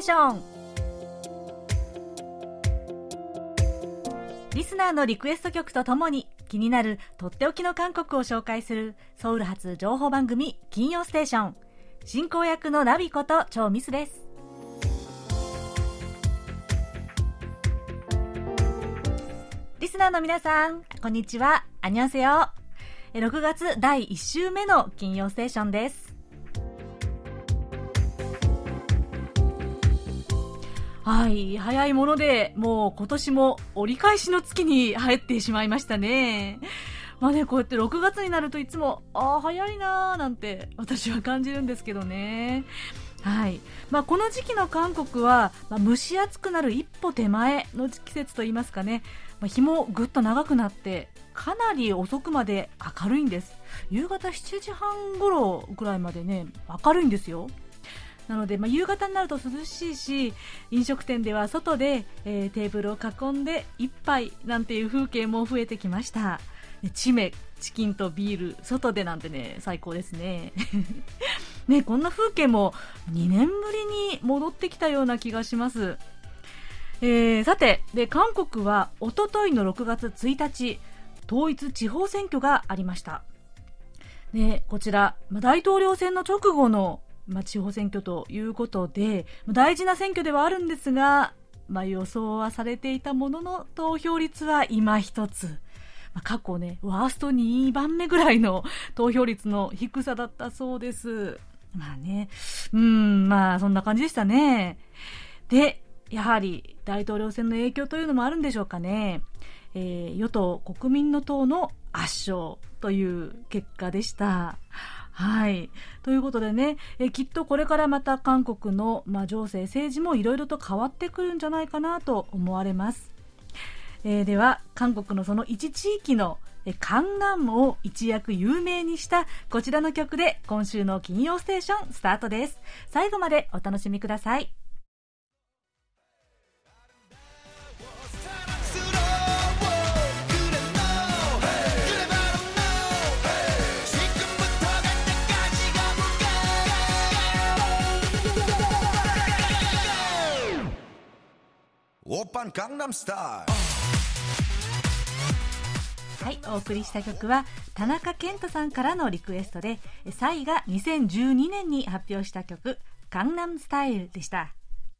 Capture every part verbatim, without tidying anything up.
ーション。リスナーのリクエスト曲とともに気になるとっておきの韓国を紹介するソウル発情報番組金曜ステーション。進行役のナビことチョウミスです。リスナーの皆さん、こんにちは。アンニョンセヨ。ろくがつだいいっ週目の金曜ステーションです。はい、早いものでもう今年も折り返しの月に入ってしまいましたね。まあね、こうやってろくがつになるといつもあー早いなーなんて私は感じるんですけどね。はい、まあ、この時期の韓国は、まあ、蒸し暑くなる一歩手前の季節といいますかね、まあ、日もぐっと長くなってかなり遅くまで明るいんです。夕方しちじはん頃ぐらいまでね明るいんですよ。なので、まあ、夕方になると涼しいし、飲食店では外で、えー、テーブルを囲んで一杯なんていう風景も増えてきました。チメ、チキンとビール外でなんてね最高ですね。ね、こんな風景もにねんぶりに戻ってきたような気がします。えー、さてで韓国はおとといのろくがつついたち統一地方選挙がありました。でこちら、まあ、大統領選の直後のまあ、地方選挙ということで大事な選挙ではあるんですが、まあ、予想はされていたものの投票率は今一つ、まあ、過去ねワーストにばんめぐらいの投票率の低さだったそうです。まあね、うーんまあそんな感じでしたね。でやはり大統領選の影響というのもあるんでしょうかね。えー、与党国民の党の圧勝という結果でした。はい。ということでね、えきっとこれからまた韓国の、まあ、情勢政治もいろいろと変わってくるんじゃないかなと思われます。えー、では韓国のその一地域のえカンナムを一躍有名にしたこちらの曲で今週の金曜ステーションスタートです。最後までお楽しみください。 オーパンカンナムスタイル。 はい、お送りした曲は田中健太さんからのリクエストで、サイがにせんじゅうにねんに発表した曲カンナムスタイルでした。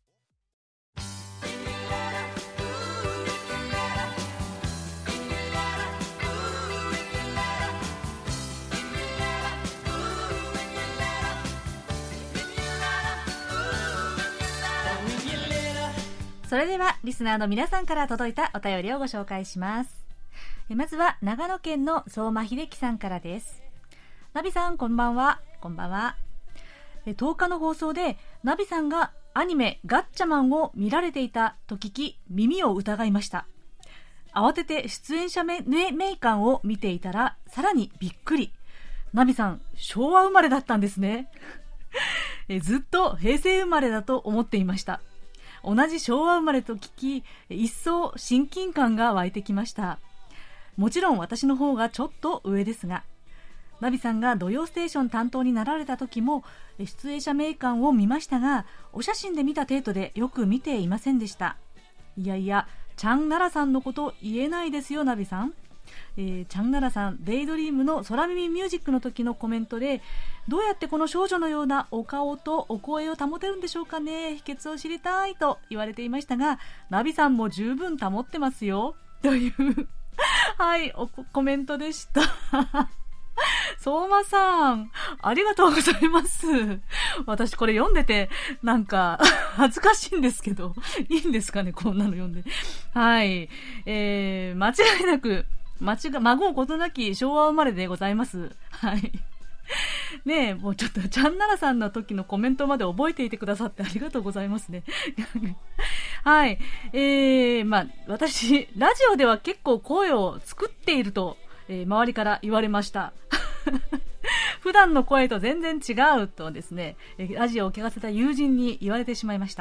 それではリスナーの皆さんから届いたお便りをご紹介します。まずは長野県の相馬秀樹さんからです。ナビさんこんばんは。こんばんは。とおかの放送でナビさんがアニメガッチャマンを見られていたと聞き耳を疑いました。慌てて出演者名鑑を見ていたらさらにびっくり。ナビさん昭和生まれだったんですね。ずっと平成生まれだと思っていました。同じ昭和生まれと聞き一層親近感が湧いてきました。もちろん私の方がちょっと上ですが、ナビさんが土曜ステーション担当になられた時も出演者名鑑を見ましたが、お写真で見た程度でよく見ていませんでした。いやいやチャンナラさんのこと言えないですよナビさん。えー、チャンナラさんデイドリームの空耳ミュージックの時のコメントで、どうやってこの少女のようなお顔とお声を保てるんでしょうかね、秘訣を知りたいと言われていましたが、ナビさんも十分保ってますよというはいおコメントでした。相馬さんありがとうございます。私これ読んでてなんか恥ずかしいんですけどいいんですかね、こんなの読んで。はい、えー、間違いなく間違孫うことなき昭和生まれでございます。はいねえ、もうちょっとチャンナラさんの時のコメントまで覚えていてくださってありがとうございますね。はい、えー、まあ私ラジオでは結構声を作っていると、えー、周りから言われました。普段の声と全然違うとですね、ラジオを聞かせた友人に言われてしまいました。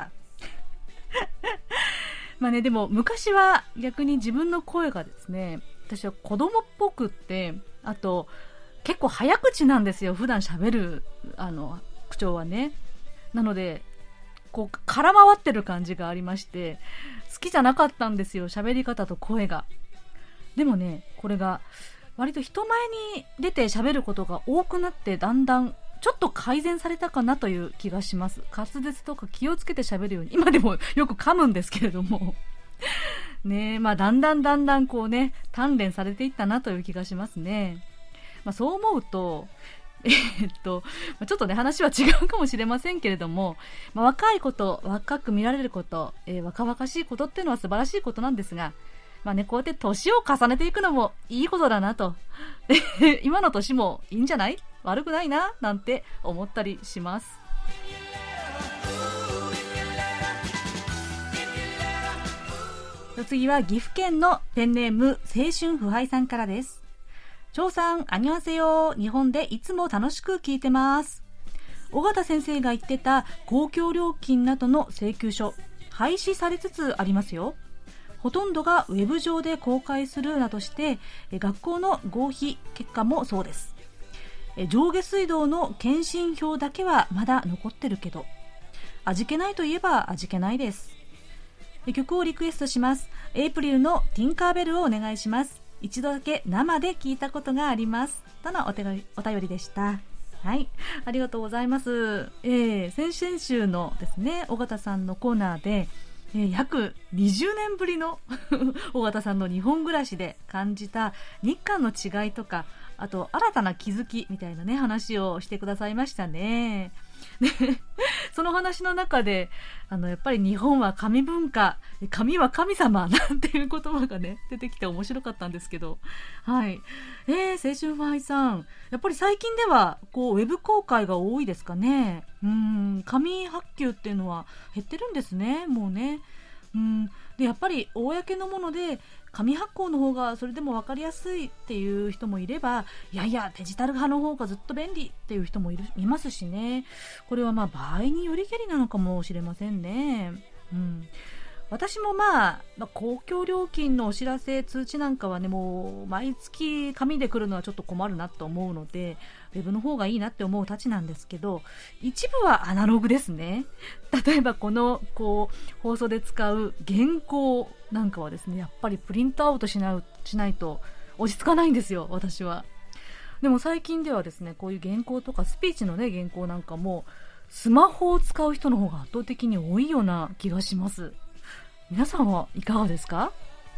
まあね、でも昔は逆に自分の声がですね、私は子供っぽくって、あと結構早口なんですよ、普段喋るあの口調はね。なのでこう空回ってる感じがありまして、好きじゃなかったんですよ、喋り方と声が。でもね、これが割と人前に出て喋ることが多くなって、だんだんちょっと改善されたかなという気がします。滑舌とか気をつけて喋るように、今でもよく噛むんですけれどもねえ、まあだんだんだんだんこうね、鍛錬されていったなという気がしますね。まあそう思うと、えー、っとちょっとね話は違うかもしれませんけれども、まあ、若いこと、若く見られること、えー、若々しいことっていうのは素晴らしいことなんですが、まあね、こうやって年を重ねていくのもいいことだなと今の年もいいんじゃない、悪くないななんて思ったりします。次は岐阜県のペンネーム青春腐敗さんからです。張さん、アニョンハセヨ。日本でいつも楽しく聞いてます。尾形先生が言ってた公共料金などの請求書、廃止されつつありますよ。ほとんどがウェブ上で公開するなどして、学校の合否結果もそうです。上下水道の検針票だけはまだ残ってるけど、味気ないといえば味気ないです。曲をリクエストします。エイプリルのティンカーベルをお願いします。一度だけ生で聞いたことがありますとのお手紙お便りでした。はい、ありがとうございます。えー、先々週のですね、尾形さんのコーナーで、えー、約にじゅうねんぶりの尾形さんの日本暮らしで感じた日韓の違いとか、あと新たな気づきみたいなね話をしてくださいましたね。でその話の中で、あのやっぱり日本は神文化、神は神様なんていう言葉がね出てきて面白かったんですけど、はい、えー、青春ファイさん、やっぱり最近ではこうウェブ公開が多いですかね。うーん、紙発給っていうのは減ってるんですね、もうね。うん、でやっぱり公のもので紙発行の方がそれでも分かりやすいっていう人もいれば、いやいやデジタル派の方がずっと便利っていう人もいるいますしね。これはまあ場合によりけりなのかもしれませんね。うん、私もまあ、まあ、公共料金のお知らせ通知なんかはね、もう毎月紙で来るのはちょっと困るなと思うので、ウェブの方がいいなって思うたちなんですけど、一部はアナログですね。例えばこのこう放送で使う原稿なんかはですね、やっぱりプリントアウトしない、しないと落ち着かないんですよ、私は。でも最近ではですね、こういう原稿とかスピーチのね原稿なんかもスマホを使う人の方が圧倒的に多いような気がします。皆さんはいかがですか？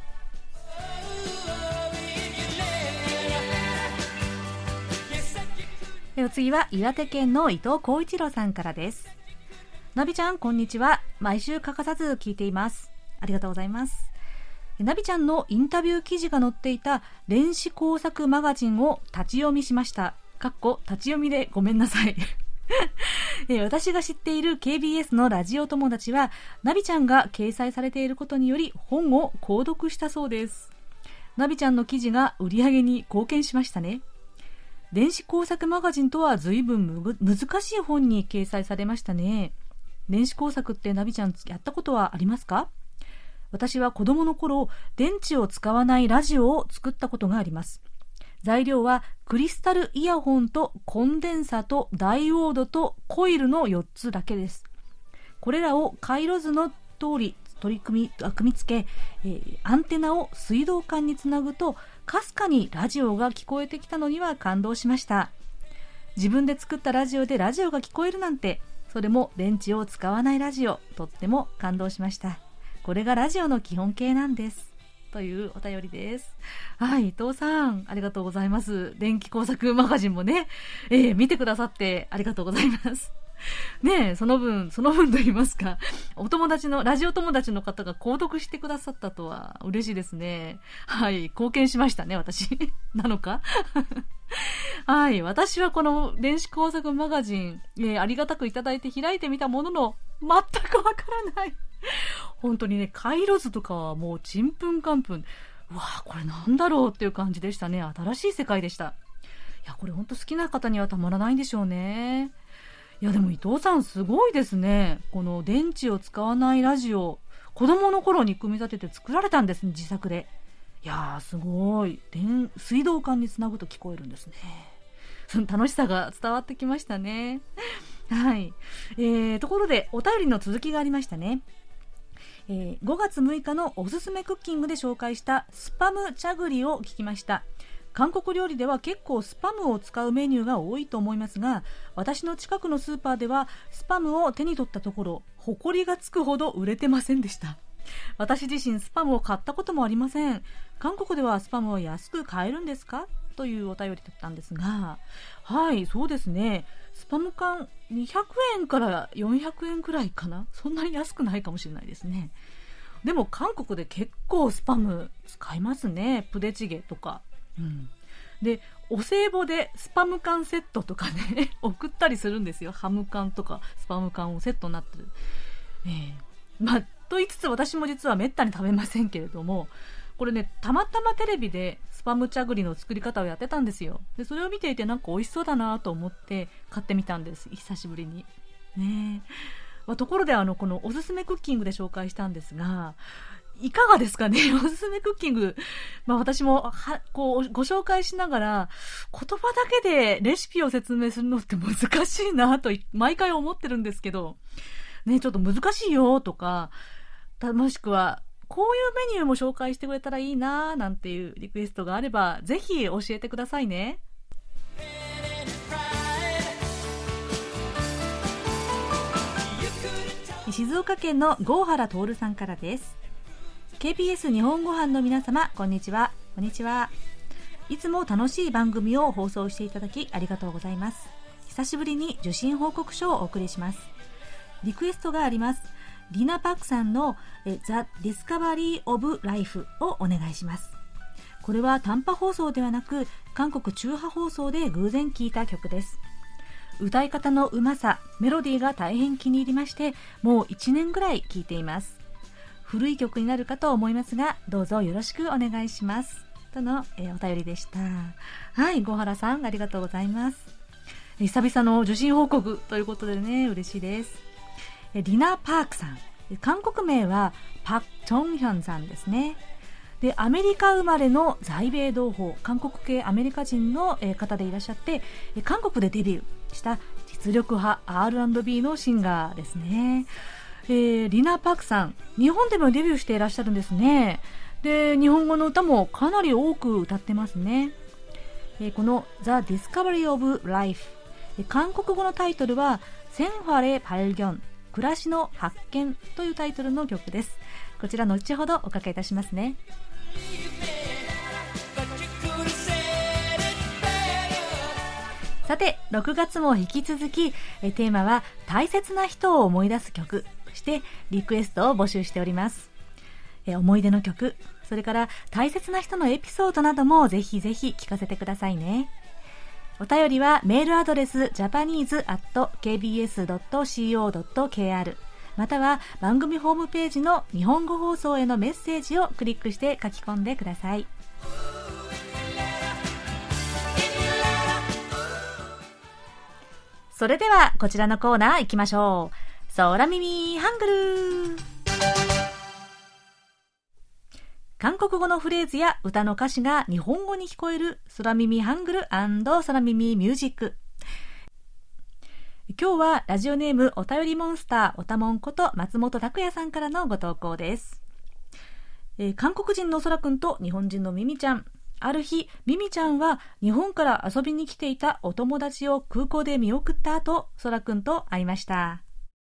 では次は岩手県の伊藤浩一郎さんからです。ナビちゃん、こんにちは。毎週欠かさず聞いています。ありがとうございます。ナビちゃんのインタビュー記事が載っていた電子工作マガジンを立ち読みしました。かっこ立ち読みでごめんなさい。私が知っている ケービーエス のラジオ友達は、ナビちゃんが掲載されていることにより本を購読したそうです。ナビちゃんの記事が売り上げに貢献しましたね。電子工作マガジンとは随分難しい本に掲載されましたね。電子工作ってナビちゃんやったことはありますか？私は子供の頃、電池を使わないラジオを作ったことがあります。材料はクリスタルイヤホンとコンデンサとダイオードとコイルのよっつだけです。これらを回路図の通り取り組み、組み付け、えー、アンテナを水道管につなぐとかすかにラジオが聞こえてきたのには感動しました。自分で作ったラジオでラジオが聞こえるなんて、それも電池を使わないラジオ、とっても感動しました。これがラジオの基本形なんです。というお便りです。はい、伊藤さん、ありがとうございます。電気工作マガジンもね、えー、見てくださってありがとうございます。ねえ、その分、その分と言いますか、お友達の、ラジオ友達の方が購読してくださったとは嬉しいですね。はい、貢献しましたね、私。なのかはい、私はこの電子工作マガジン、えー、ありがたくいただいて開いてみたものの、全くわからない。本当にね、回路図とかはもうちんぷんかんぷん。うわぁ、これなんだろうっていう感じでしたね。新しい世界でした。いや、これ本当好きな方にはたまらないんでしょうね。いや、でも伊藤さんすごいですね。この電池を使わないラジオ、子供の頃に組み立てて作られたんですね、自作で。いやー、すごい。電水道管につなぐと聞こえるんですね。その楽しさが伝わってきましたね。 はい、えー、ところでお便りの続きがありましたね。えー、ごがつむいかのおすすめクッキングで紹介したスパムチャグリを聞きました。韓国料理では結構スパムを使うメニューが多いと思いますが、私の近くのスーパーではスパムを手に取ったところ、ホコリがつくほど売れてませんでした。私自身スパムを買ったこともありません。韓国ではスパムは安く買えるんですかというお便りだったんですが、はい、そうですね。スパム缶にひゃくえんからよんひゃくえんくらいかな。そんなに安くないかもしれないですね。でも韓国で結構スパム使いますね。プデチゲとか、うん、でお歳暮でスパム缶セットとかね送ったりするんですよ。ハム缶とかスパム缶をセットになってる、えー、まあと言いつつ私も実はめったに食べませんけれども、これね、たまたまテレビでスパムチャグリの作り方をやってたんですよ。でそれを見ていてなんか美味しそうだなと思って買ってみたんです、久しぶりにね。まあ、ところであのこのおすすめクッキングで紹介したんですが、いかがですかね。おすすめクッキング、まあ、私もはこうご紹介しながら言葉だけでレシピを説明するのって難しいなと毎回思ってるんですけどね、ちょっと難しいよとか、もしくはこういうメニューも紹介してくれたらいいななんていうリクエストがあればぜひ教えてくださいね。静岡県の郷原徹さんからです。 ケービーエス 日本ご飯の皆様、こんにちは。こんにちは。いつも楽しい番組を放送していただきありがとうございます。久しぶりに受信報告書をお送りします。リクエストがあります。リナ・パークさんのザ・ディスカバリー・オブ・ライフをお願いします。これは短波放送ではなく韓国中波放送で偶然聴いた曲です。歌い方のうまさ、メロディーが大変気に入りまして、もういちねんぐらい聴いています。古い曲になるかと思いますが、どうぞよろしくお願いしますとの、えー、お便りでした。はい、郷原さんありがとうございます。久々の受信報告ということでね、嬉しいです。リナ・パークさん、韓国名はパク・チョンヒョンさんですね。でアメリカ生まれの在米同胞、韓国系アメリカ人の方でいらっしゃって、韓国でデビューした実力派 アールアンドビー のシンガーですね。えー、リナ・パークさん、日本でもデビューしていらっしゃるんですね。で日本語の歌もかなり多く歌ってますね。えー、この The Discovery of Life、韓国語のタイトルは생활의 발견、暮らしの発見というタイトルの曲です。こちら後ほどおかけいたしますね。さてろくがつも引き続きえテーマは大切な人を思い出す曲としてリクエストを募集しております。え思い出の曲、それから大切な人のエピソードなどもぜひぜひ聞かせてくださいね。お便りはメールアドレス ジャパニーズ アット ケービーエス ドット シーオー ドット ケーアール または番組ホームページの日本語放送へのメッセージをクリックして書き込んでください。それではこちらのコーナー行きましょう。空耳ハングル。韓国語のフレーズや歌の歌詞が日本語に聞こえる空耳ハングル&空耳ミュージック。今日はラジオネームお便りモンスターおたもんこと松本拓也さんからのご投稿です。えー、韓国人の空くんと日本人のミミちゃん。ある日ミミちゃんは日本から遊びに来ていたお友達を空港で見送った後、空くんと会いました。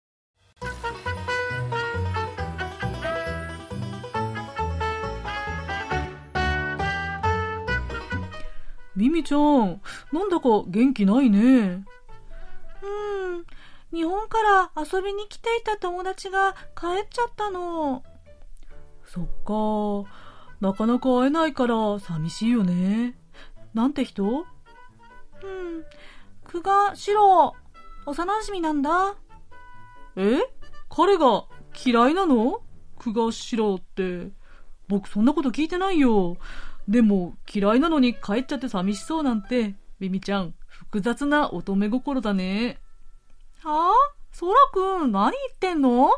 ミミちゃん、なんだか元気ないね。うん、日本から遊びに来ていた友達が帰っちゃったの。そっか、なかなか会えないから寂しいよね。なんて人？うん、久我史郎、幼馴染なんだ。え？彼が嫌いなの？久我史郎って。僕そんなこと聞いてないよ。でも嫌いなのに帰っちゃって寂しそうなんて、ミミちゃん複雑な乙女心だね。はあ？そらくん何言ってんの？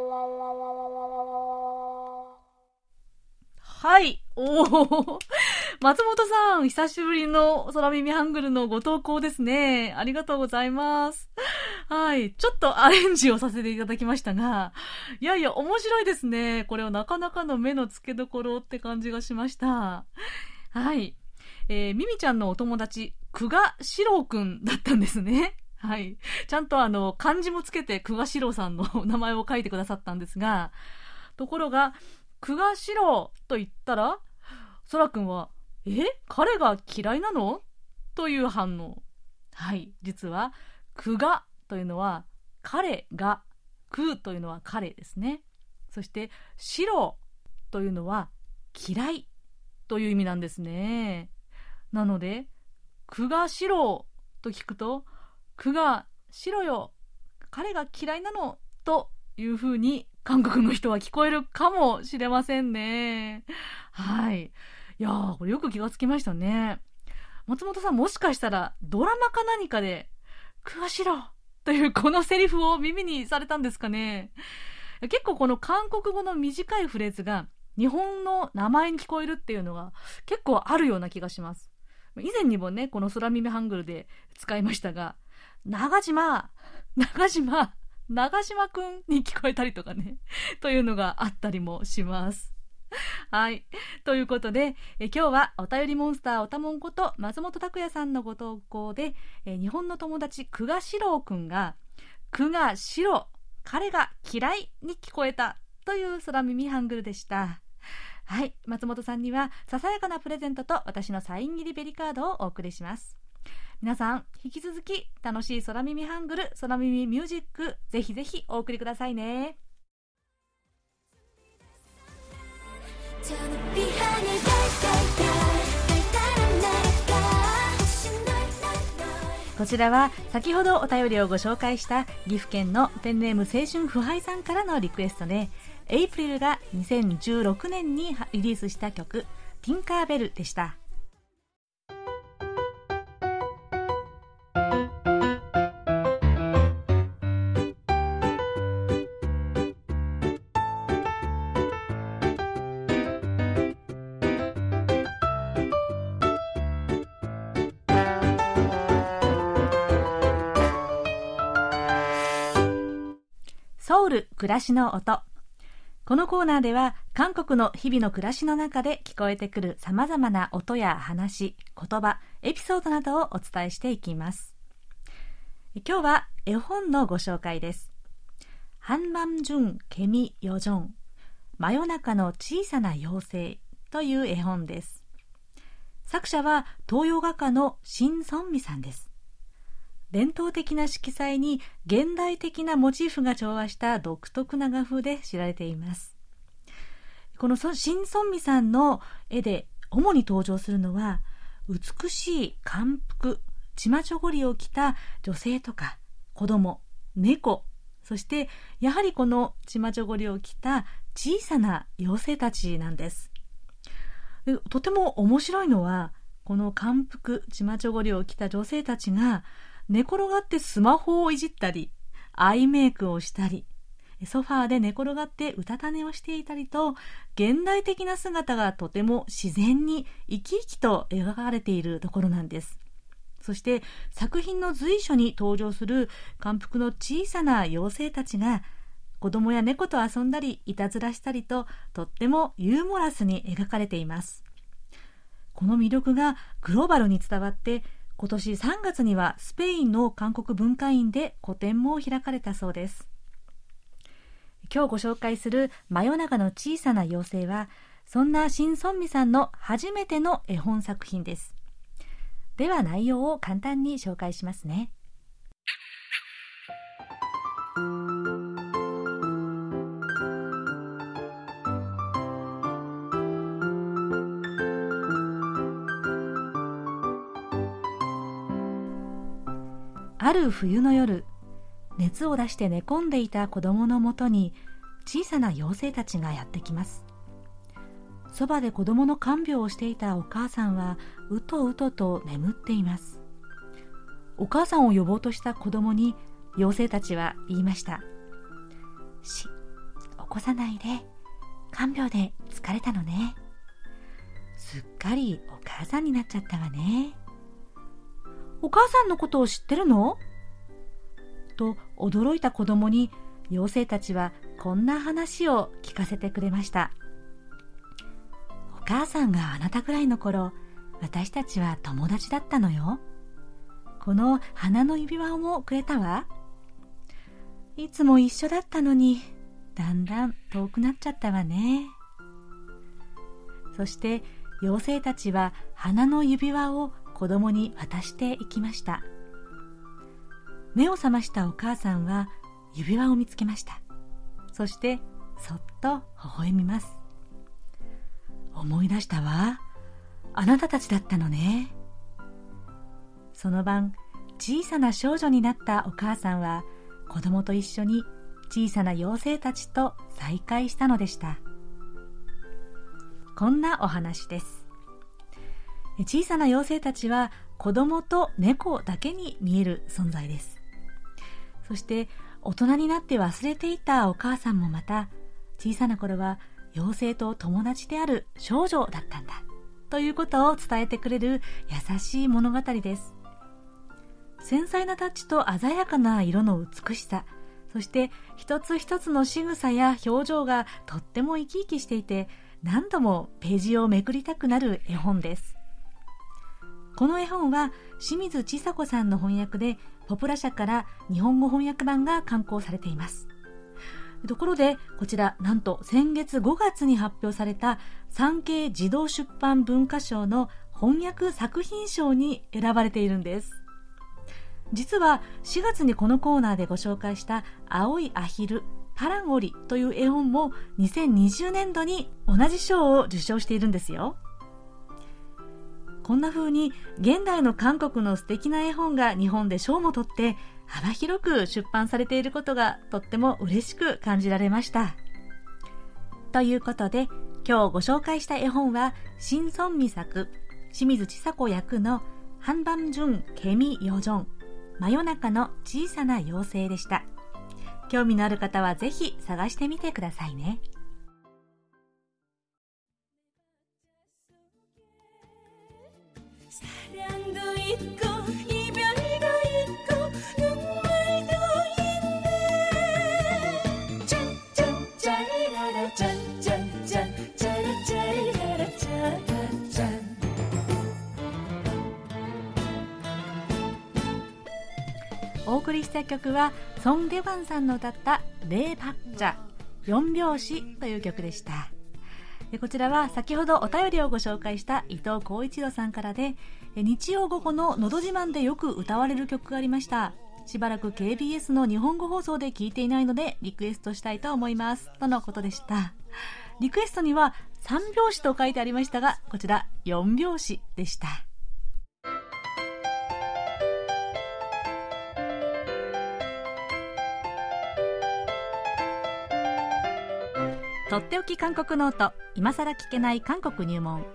はい、おお松本さん、久しぶりの空耳ハングルのご投稿ですね。ありがとうございます。はい。ちょっとアレンジをさせていただきましたが、いやいや、面白いですね。これはなかなかの目の付けどころって感じがしました。はい。えー、ミミちゃんのお友達、久我史郎くんだったんですね。はい。ちゃんとあの、漢字もつけて久我史郎さんの名前を書いてくださったんですが、ところが、久我史郎と言ったら、そらくんは、え彼が嫌いなのという反応。はい。実は、久我というのは、彼が、久というのは彼ですね。そして、史郎というのは、嫌いという意味なんですね。なので、久我史郎と聞くと、久我史郎よ、彼が嫌いなのというふうに韓国の人は聞こえるかもしれませんね。はい。いやー、これよく気がつきましたね。松本さん、もしかしたらドラマか何かで、久我史郎というこのセリフを耳にされたんですかね。結構この韓国語の短いフレーズが日本の名前に聞こえるっていうのが結構あるような気がします。以前にもね、この空耳ハングルで使いましたが、長島、長島、長島くんに聞こえたりとかね、というのがあったりもします。はい。ということで、え今日はお便りモンスターおたもんこと松本拓也さんのご投稿で、え日本の友達久我史郎くんが、久我史郎、彼が嫌いに聞こえたという空耳ハングルでした。はい。松本さんにはささやかなプレゼントと私のサイン入りベリカードをお送りします。皆さん、引き続き楽しい空耳ハングル、空耳ミュージック、ぜひぜひお送りくださいね。こちらは先ほどお便りをご紹介した岐阜県のペンネーム青春腐敗さんからのリクエストで、エイプリルがにせんじゅうろくねんにリリースした曲ティンカーベルでした。ソウル暮らしの音。このコーナーでは韓国の日々の暮らしの中で聞こえてくるさまざまな音や話、言葉、エピソードなどをお伝えしていきます。今日は絵本のご紹介です。ハンマンジュンケミヨジョン、真夜中の小さな妖精という絵本です。作者は東洋画家のシン・ソンミさんです。伝統的な色彩に現代的なモチーフが調和した独特な画風で知られています。このシン・ソンミさんの絵で主に登場するのは、美しい漢服、チマチョゴリを着た女性とか子供、猫、そしてやはりこのチマチョゴリを着た小さな妖精たちなんです。とても面白いのは、この漢服、チマチョゴリを着た女性たちが寝転がってスマホをいじったり、アイメイクをしたり、ソファーで寝転がってうたた寝をしていたりと、現代的な姿がとても自然に生き生きと描かれているところなんです。そして作品の随所に登場する漢服の小さな妖精たちが子供や猫と遊んだりいたずらしたりと、とってもユーモラスに描かれています。この魅力がグローバルに伝わって、今年さんがつにはスペインの韓国文化院で個展も開かれたそうです。今日ご紹介する真夜中の小さな妖精は、そんなシン・ソンミさんの初めての絵本作品です。では内容を簡単に紹介しますね。ある冬の夜、熱を出して寝込んでいた子供のもとに小さな妖精たちがやってきます。そばで子供の看病をしていたお母さんはうとうとと眠っています。お母さんを呼ぼうとした子供に妖精たちは言いました。し、起こさないで、看病で疲れたのね。 すっかりお母さんになっちゃったわね。お母さんのことを知ってるの？と驚いた子供に妖精たちはこんな話を聞かせてくれました。お母さんがあなたぐらいの頃、私たちは友達だったのよ。この花の指輪もくれたわ。いつも一緒だったのに、だんだん遠くなっちゃったわね。そして妖精たちは花の指輪を子供に渡していきました。目を覚ましたお母さんは指輪を見つけました。そしてそっと微笑みます。思い出したわ。あなたたちだったのね。その晩、小さな少女になったお母さんは子供と一緒に小さな妖精たちと再会したのでした。こんなお話です。小さな妖精たちは子供と猫だけに見える存在です。そして大人になって忘れていたお母さんもまた小さな頃は妖精と友達である少女だったんだということを伝えてくれる優しい物語です。繊細なタッチと鮮やかな色の美しさ、そして一つ一つの仕草や表情がとっても生き生きしていて、何度もページをめくりたくなる絵本です。この絵本は清水千佐子さんの翻訳でポプラ社から日本語翻訳版が刊行されています。ところでこちらなんと先月ごがつに発表された産経児童出版文化賞の翻訳作品賞に選ばれているんです。実はしがつにこのコーナーでご紹介した青いアヒルパラゴリという絵本もにせんにじゅうねんどに同じ賞を受賞しているんですよ。こんな風に現代の韓国の素敵な絵本が日本で賞も取って幅広く出版されていることがとっても嬉しく感じられました。ということで今日ご紹介した絵本は新村美作、清水千佐子役の한밤중 개미 요정、真夜中の小さな妖精でした。興味のある方はぜひ探してみてくださいね。お送りした曲はソン・デファンさんの歌ったレイ・パッチャ四拍子という曲でした。こちらは先ほどお便りをご紹介した伊藤浩一郎さんからで、日曜午後ののど自慢でよく歌われる曲がありました。しばらく ケービーエス の日本語放送で聞いていないのでリクエストしたいと思いますとのことでした。リクエストにはさん拍子と書いてありましたが、こちらよん拍子でした。とっておき韓国ノート、今さら聞けない韓国入門。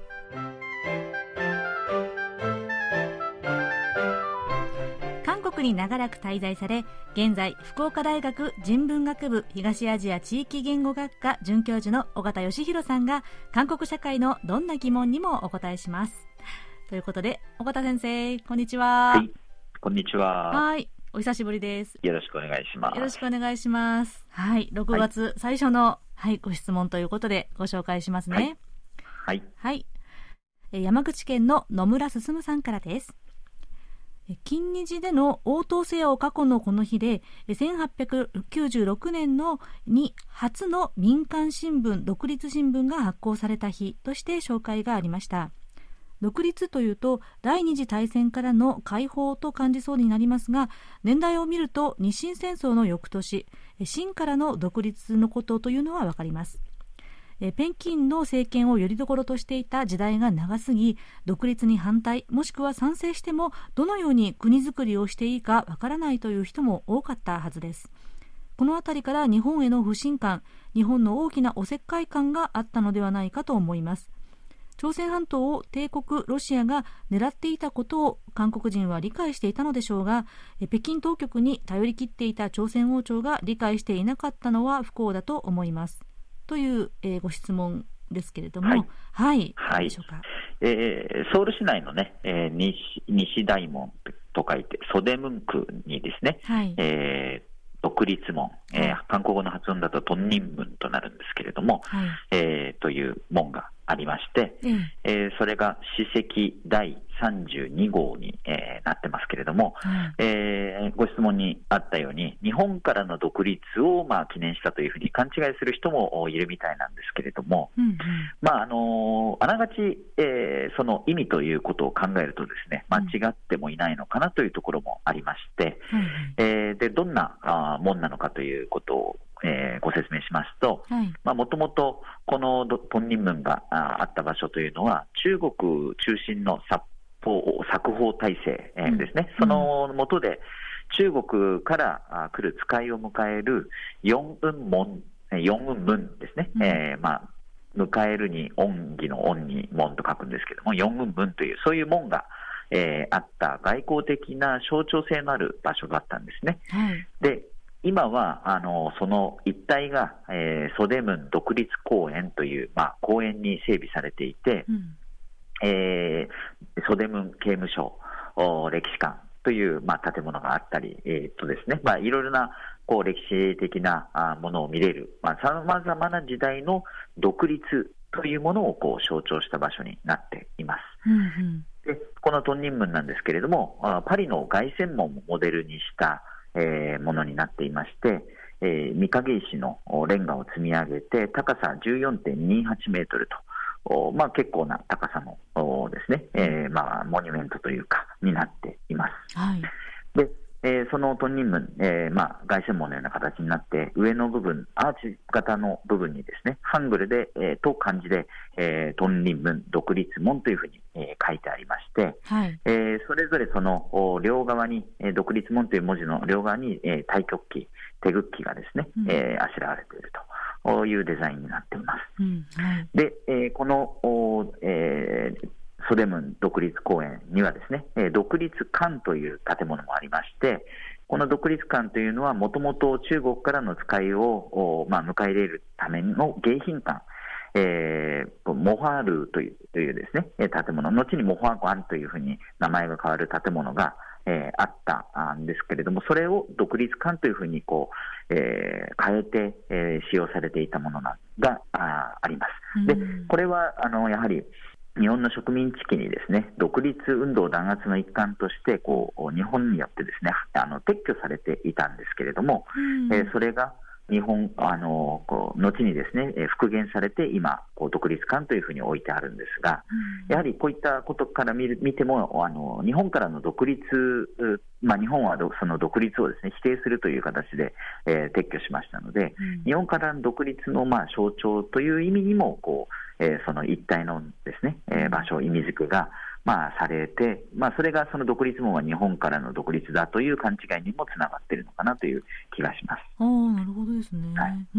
韓国に長らく滞在され、現在福岡大学人文学部東アジア地域言語学科准教授の尾形義弘さんが韓国社会のどんな疑問にもお答えします。ということで尾形先生、こんにちは。 はい、こんにちは。 はい、お久しぶりです。 よろしくお願いします。 よろしくお願いします。はい、ろくがつ最初の、はいはい、ご質問ということでご紹介しますね。 はい。 はい。山口県の野村進さんからです。金日での応答せよ過去のこの日で、せんはっぴゃくきゅうじゅうろくねんのに初の民間新聞、独立新聞が発行された日として紹介がありました。独立というと第二次大戦からの解放と感じそうになりますが、年代を見ると日清戦争の翌年、清からの独立のことというのはわかります。北京の政権をよりどころとしていた時代が長すぎ、独立に反対もしくは賛成してもどのように国づくりをしていいかわからないという人も多かったはずです。このあたりから日本への不信感、日本の大きなおせっかい感があったのではないかと思います。朝鮮半島を帝国ロシアが狙っていたことを韓国人は理解していたのでしょうが、北京当局に頼り切っていた朝鮮王朝が理解していなかったのは不幸だと思いますという、えー、ご質問ですけれども、 はい、 はい、 はい、 どうでしょうか。 えー、ソウル市内のね、えー、西, 西大門と書いてソデムン区にですね、 はい、 えー独立門、えー、韓国語の発音だとトンニンムンとなるんですけれども、はい、えー、という門がありまして、うん、えー、それが史跡だいさんじゅうにごうに、えー、なってますけれども、うん、えー、ご質問にあったように日本からの独立を、まあ、記念したというふうに勘違いする人もいるみたいなんですけれども、うんうん、まああのー、あながち、えー、その意味ということを考えるとですね、間違ってもいないのかなというところもありまして、うん、えー、でどんなあ門なのかということを、えー、ご説明しますと、もともとこのトンニンムンが あ, あった場所というのは中国中心の作法作法体制、えー、ですね、うん、その下で中国から来る使いを迎える四雲門、四雲門ですね、うん、えー、まあ、迎えるに恩義の恩に門と書くんですけども、四雲門というそういう門が、えー、あった外交的な象徴性のある場所だったんですね、はい、で今はあのその一帯が、えー、ソデムン独立公園という、まあ、公園に整備されていて、うん、えー、ソデムン刑務所歴史館という、まあ、建物があったり、えーっとですね、まあ、いろいろなこう歴史的なものを見れる、まあ、さまざまな時代の独立というものをこう象徴した場所になっています、うんうん、でこのトンニンムンなんですけれども、パリの凱旋門をモデルにしたえー、ものになっていまして、えー、御影石のレンガを積み上げて高さ じゅうよんてんにはちメートルと、まあ、結構な高さのですね、えーまあ、モニュメントというかになっています、はい、でえー、そのトンニンムン、えーまあ、凱旋門のような形になって上の部分アーチ型の部分にですねハングルで、えー、と漢字で、えー、トンニンムン独立門というふうに、えー、書いてありまして、はい、えー、それぞれその両側に、えー、独立門という文字の両側に、えー、太極旗手屈旗がですね、うん、えー、あしらわれているというデザインになっています、うんはい、で、えー、この、えーソデムン独立公園にはですね、独立館という建物もありまして、この独立館というのはもともと中国からの使いを、まあ、迎え入れるための迎賓館、えー、モファールという、というですね建物、後にモファー館というふうに名前が変わる建物が、えー、あったんですけれども、それを独立館というふうにこう、えー、変えて、えー、使用されていたものが あ, あります。でこれはあのやはり日本の植民地期にですね独立運動弾圧の一環としてこう日本によってですねあの撤去されていたんですけれども、うんえー、それが日本あのこう後にですね復元されて今こう独立館というふうに置いてあるんですが、うん、やはりこういったことから見る見てもあの日本からの独立、まあ、日本はその独立をですね否定するという形で、えー、撤去しましたので、うん、日本からの独立のまあ象徴という意味にもこう、えー、その一帯のですね、えー、場所意味づけがまあ、されて、まあ、それがその独立門は日本からの独立だという勘違いにもつながっているのかなという気がします。 ああ、なるほどですね、はい、うん、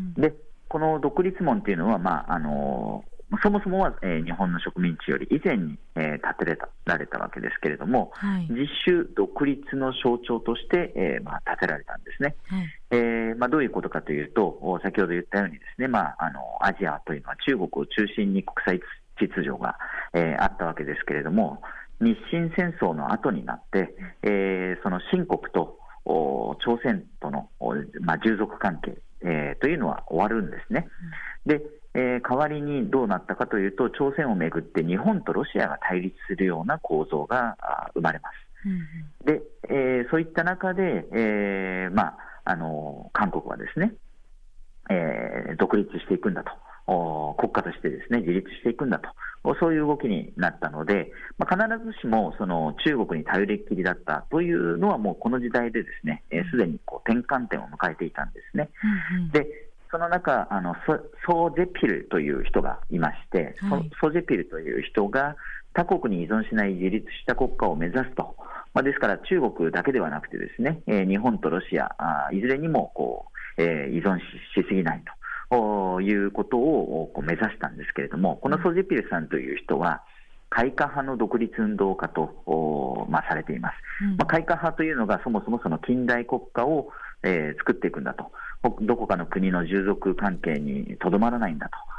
でこの独立門というのは、まああのそもそもは、えー、日本の植民地より以前に、えー、建てられたわけですけれども、はい、自主独立の象徴として、えーまあ、建てられたんですね、はいえーまあ、どういうことかというと先ほど言ったようにですね、まあ、あのアジアというのは中国を中心に国際秩序が、えー、あったわけですけれども、日清戦争の後になって、えー、その清国と朝鮮との、まあ、従属関係、えー、というのは終わるんですね、うん、で、えー、代わりにどうなったかというと朝鮮をめぐって日本とロシアが対立するような構造が生まれます、うん、で、えー、そういった中で、えーまあ、あの韓国はですね、えー、独立していくんだと国家としてですね自立していくんだとそういう動きになったので、まあ、必ずしもその中国に頼りっきりだったというのはもうこの時代でですねすで、えー、にこう転換点を迎えていたんですね、うんうん、でその中あの ソ, ソジェピルという人がいまして、はい、ソ, ソジェピルという人が他国に依存しない自立した国家を目指すと、まあ、ですから中国だけではなくてですね、えー、日本とロシアあいずれにもこう、えー、依存 し, しすぎないということを目指したんですけれども、このソジェピルさんという人は開化派の独立運動家と、まあ、されています、うんまあ、開化派というのがそもそもその近代国家を、えー、作っていくんだと、どこかの国の従属関係にとどまらないんだ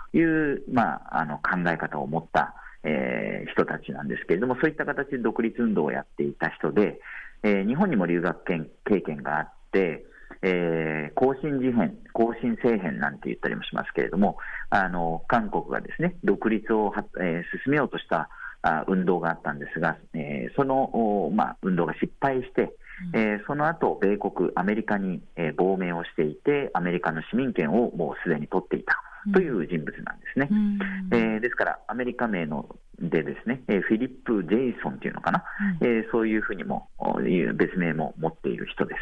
いう、まあ、あの考え方を持った、えー、人たちなんですけれども、そういった形で独立運動をやっていた人で、えー、日本にも留学経験があって、えー、後進事変、後進政変なんて言ったりもしますけれども、あの韓国がですね、独立を、えー、進めようとしたあ運動があったんですが、えー、その、まあ、運動が失敗して、うんえー、その後米国、アメリカに、えー、亡命をしていて、アメリカの市民権をもうすでに取っていたという人物なんですね、うんえー、ですからアメリカ名のでですね、えー、フィリップ・ジェイソンというのかな、うんえー、そういうふうにもいう別名も持っている人です。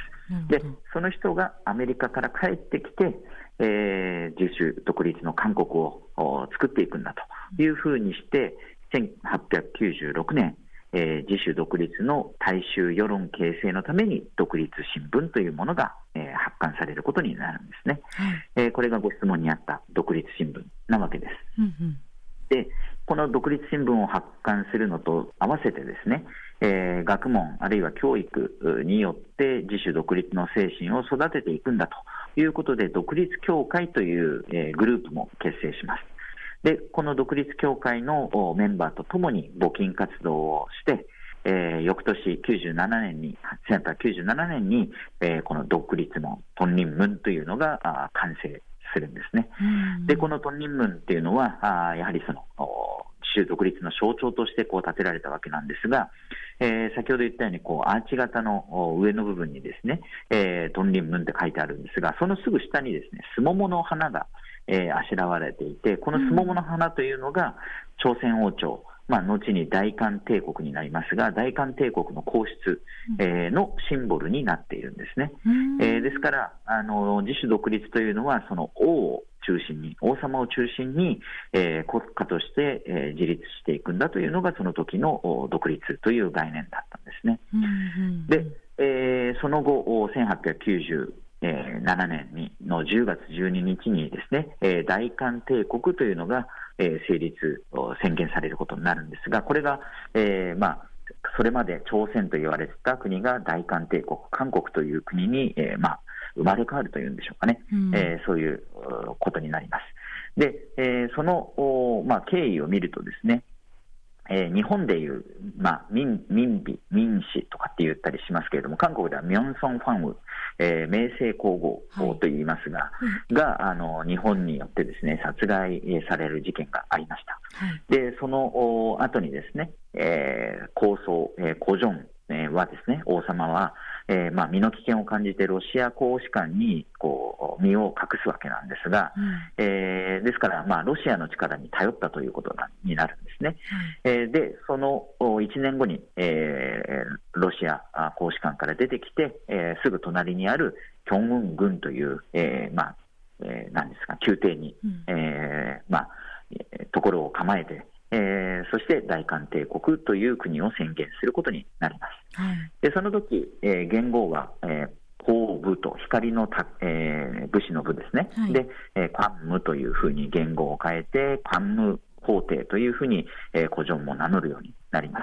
でその人がアメリカから帰ってきて、えー、自主独立の韓国を作っていくんだというふうにしてせんはっぴゃくきゅうじゅうろくねん、えー、自主独立の大衆世論形成のために独立新聞というものが、えー、発刊されることになるんですね、はいえー、これがご質問にあった独立新聞なわけです、うんうん、でこの独立新聞を発刊するのと合わせてですね、えー、学問あるいは教育によって自主独立の精神を育てていくんだということで、独立協会という、えー、グループも結成します。でこの独立協会のメンバーとともに募金活動をして、えー、翌年きゅうじゅうななねんにせんきゅうひゃくきゅうじゅうななねんに、えー、この独立門トンニンムンというのがあ完成するんですね。でこのトンニンムンっていうのはあやはりその自主独立の象徴としてこう建てられたわけなんですが、えー、先ほど言ったようにこうアーチ型の上の部分にですね、えー、トンニンムンって書いてあるんですが、そのすぐ下にですねスモモの花がえー、あしらわれていて、このスモモの花というのが朝鮮王朝、まあ、後に大韓帝国になりますが、大韓帝国の皇室、えー、のシンボルになっているんですね、えー、ですからあの自主独立というのはその王を中心に王様を中心に、えー、国家として、えー、自立していくんだというのがその時の独立という概念だったんですね。で、えー、その後せんはっぴゃくきゅうじゅうななねんにのじゅうがつじゅうににちにですね、えー、大韓帝国というのが、えー、成立を宣言されることになるんですが、これが、えーまあ、それまで朝鮮と言われていた国が大韓帝国、韓国という国に、えーまあ、生まれ変わるというんでしょうかね、うんえー、そういうことになります。で、えー、その、まあ、経緯を見るとですね、えー、日本でいう、まあ、民、民美、民主とかって言ったりしますけれども、韓国ではミョンソンファンウ、えー、明成皇后と言いますが、はい、があの日本によってですね殺害される事件がありました。はい、でその後にですね、えー、高僧、えー、コジョンはですね、王様は、えーまあ、身の危険を感じてロシア公使館にこう身を隠すわけなんですが、うんえー、ですから、まあ、ロシアの力に頼ったということになるんですね。うんえー、でそのいちねんごに、えー、ロシア公使館から出てきて、えー、すぐ隣にあるキョンウン郡という、えーまあえー、何ですか宮廷に、うんえーまあ、ところを構えてえー、そして大韓帝国という国を宣言することになります。はい、でその時、えー、元号は、えー、光武と光のた、えー、武士の武ですね。はい、で、えー、関武というふうに元号を変えて関武皇帝というふうに、えー、コジョンも名乗るようになります。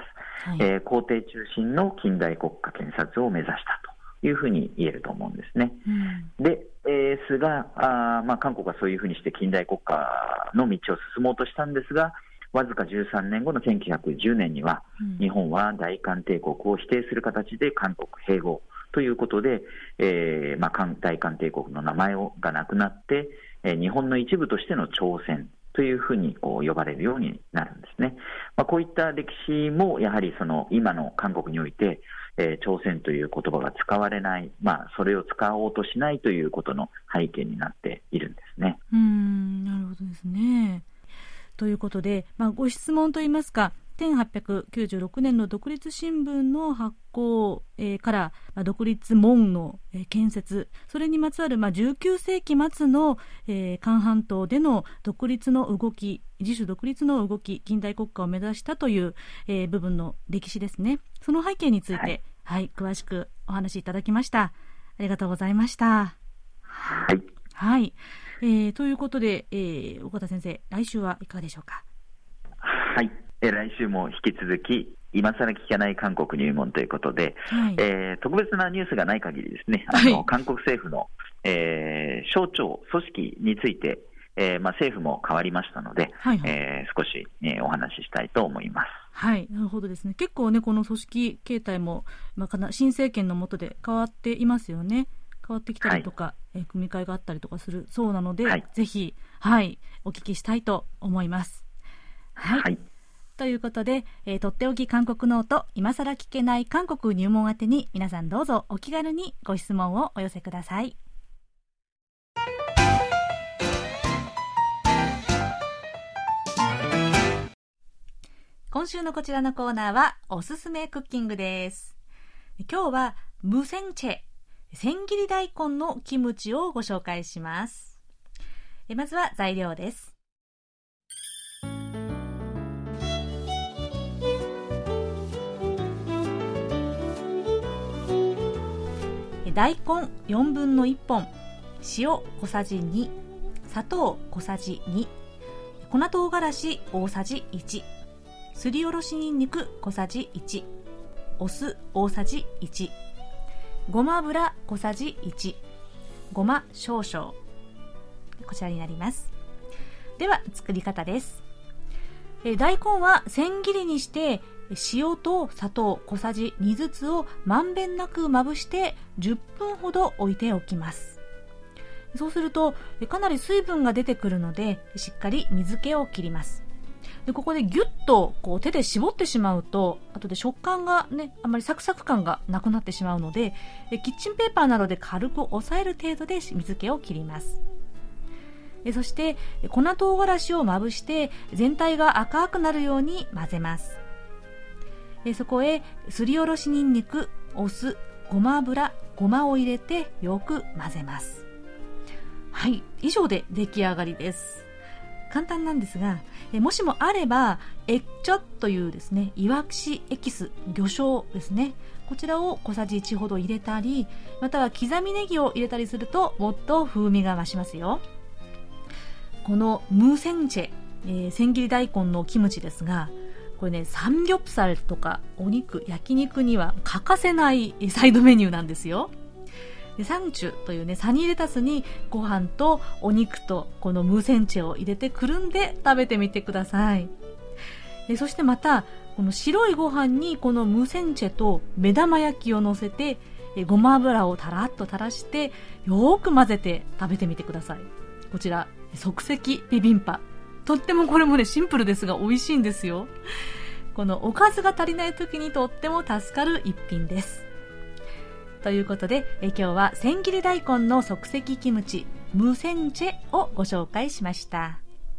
はいえー、皇帝中心の近代国家建設を目指したというふうに言えると思うんですね。うん、で、えー、菅あ、まあ、韓国はそういうふうにして近代国家の道を進もうとしたんですが、わずかじゅうさんねんごのせんきゅうひゃくじゅうねんには、うん、日本は大韓帝国を否定する形で韓国併合ということで、えーまあ、大韓帝国の名前がなくなって、えー、日本の一部としての朝鮮というふうにこう呼ばれるようになるんですね。まあ、こういった歴史もやはりその今の韓国において、えー、朝鮮という言葉が使われない、まあ、それを使おうとしないということの背景になっているんですね。 うーん、なるほどですね。ということで、まあ、ご質問といいますか、せんはっぴゃくきゅうじゅうろくねんの独立新聞の発行、えー、から、まあ、独立門の、えー、建設、それにまつわる、まあ、じゅうきゅうせいき末の、えー、韓半島での独立の動き、自主独立の動き、近代国家を目指したという、えー、部分の歴史ですね。その背景について、はいはい、詳しくお話しいただきました。ありがとうございました。 はい。 はい。えー、ということで、えー、岡田先生、来週はいかがでしょうか。 はい、えー、来週も引き続き今更聞けない韓国入門ということで、はいえー、特別なニュースがない限りですね、あの、はい、韓国政府の、えー、省庁組織について、 えーまあ、政府も変わりましたので、はいはい、えー、少し、えー、お話ししたいと思います。 はい、なるほどですね。結構ね、この組織形態も、まあ、かな新政権の下で変わっていますよね。変わってきたりとか、はい、えー、組み替えがあったりとかするそうなので、はい、ぜひ、はい、お聞きしたいと思います。はい、はい、ということで、えー、とっておき韓国ノート、今更聞けない韓国入門宛てに、皆さんどうぞお気軽にご質問をお寄せください。今週のこちらのコーナーはおすすめクッキングです。今日はムセンチェ、千切り大根のキムチをご紹介します。まずは材料です。大根よんぶんのいっぽん、塩小さじに、砂糖小さじに、粉唐辛子大さじいち、すりおろしにんにく小さじいち、お酢大さじいち、ごま油小さじいち、ごま少々、こちらになります。では作り方です。え大根は千切りにして塩と砂糖小さじにずつをまんべんなくまぶしてじゅっぷんほど置いておきます。そうするとかなり水分が出てくるので、しっかり水気を切ります。でここでギュッとこう手で絞ってしまうと、後で食感がね、あまりサクサク感がなくなってしまうので、キッチンペーパーなどで軽く押さえる程度で水気を切ります。そして粉唐辛子をまぶして全体が赤くなるように混ぜます。そこへすりおろしにんにく、お酢、ごま油、ごまを入れてよく混ぜます。はい、以上で出来上がりです。簡単なんですが、もしもあればエッチョというですね、いわしエキス、魚醤ですね、こちらを小さじいちほど入れたり、または刻みネギを入れたりするともっと風味が増しますよ。このムセンチェ、えー、千切り大根のキムチですが、これね、サムギョプサルとかお肉、焼肉には欠かせないサイドメニューなんですよ。でサンチュというね、サニーレタスにご飯とお肉とこのムセンチェを入れてくるんで食べてみてください。でそしてまたこの白いご飯にこのムセンチェと目玉焼きを乗せて、えごま油をたらっと垂らしてよーく混ぜて食べてみてください。こちら即席ビビンパ、とってもこれもね、シンプルですが美味しいんですよ。このおかずが足りない時にとっても助かる一品です。ということで、え今日は千切り大根の即席キムチムセンチェをご紹介しました。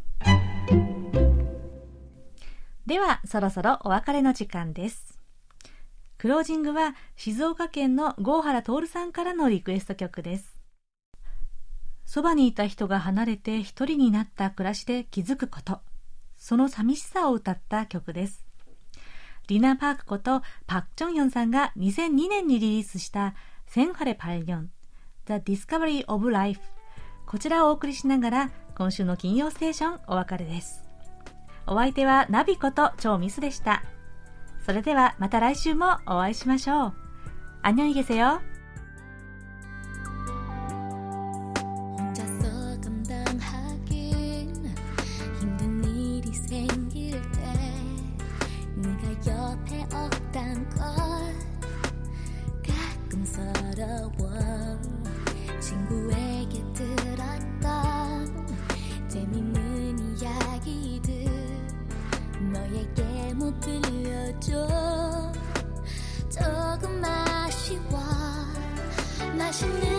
ではそろそろお別れの時間です。クロージングは静岡県の郷原徹さんからのリクエスト曲です。そばにいた人が離れて一人になった暮らしで気づくこと、その寂しさを歌った曲です。リナ・パークことパク・チョンヨンさんがにせんにねんにリリースしたせんはれはちねん The Discovery of Life、 こちらをお送りしながら今週の金曜ステーションお別れです。お相手はナビことチョウミスでした。それではまた来週もお会いしましょう。안녕히 계세요。조금 아쉬워 맛있는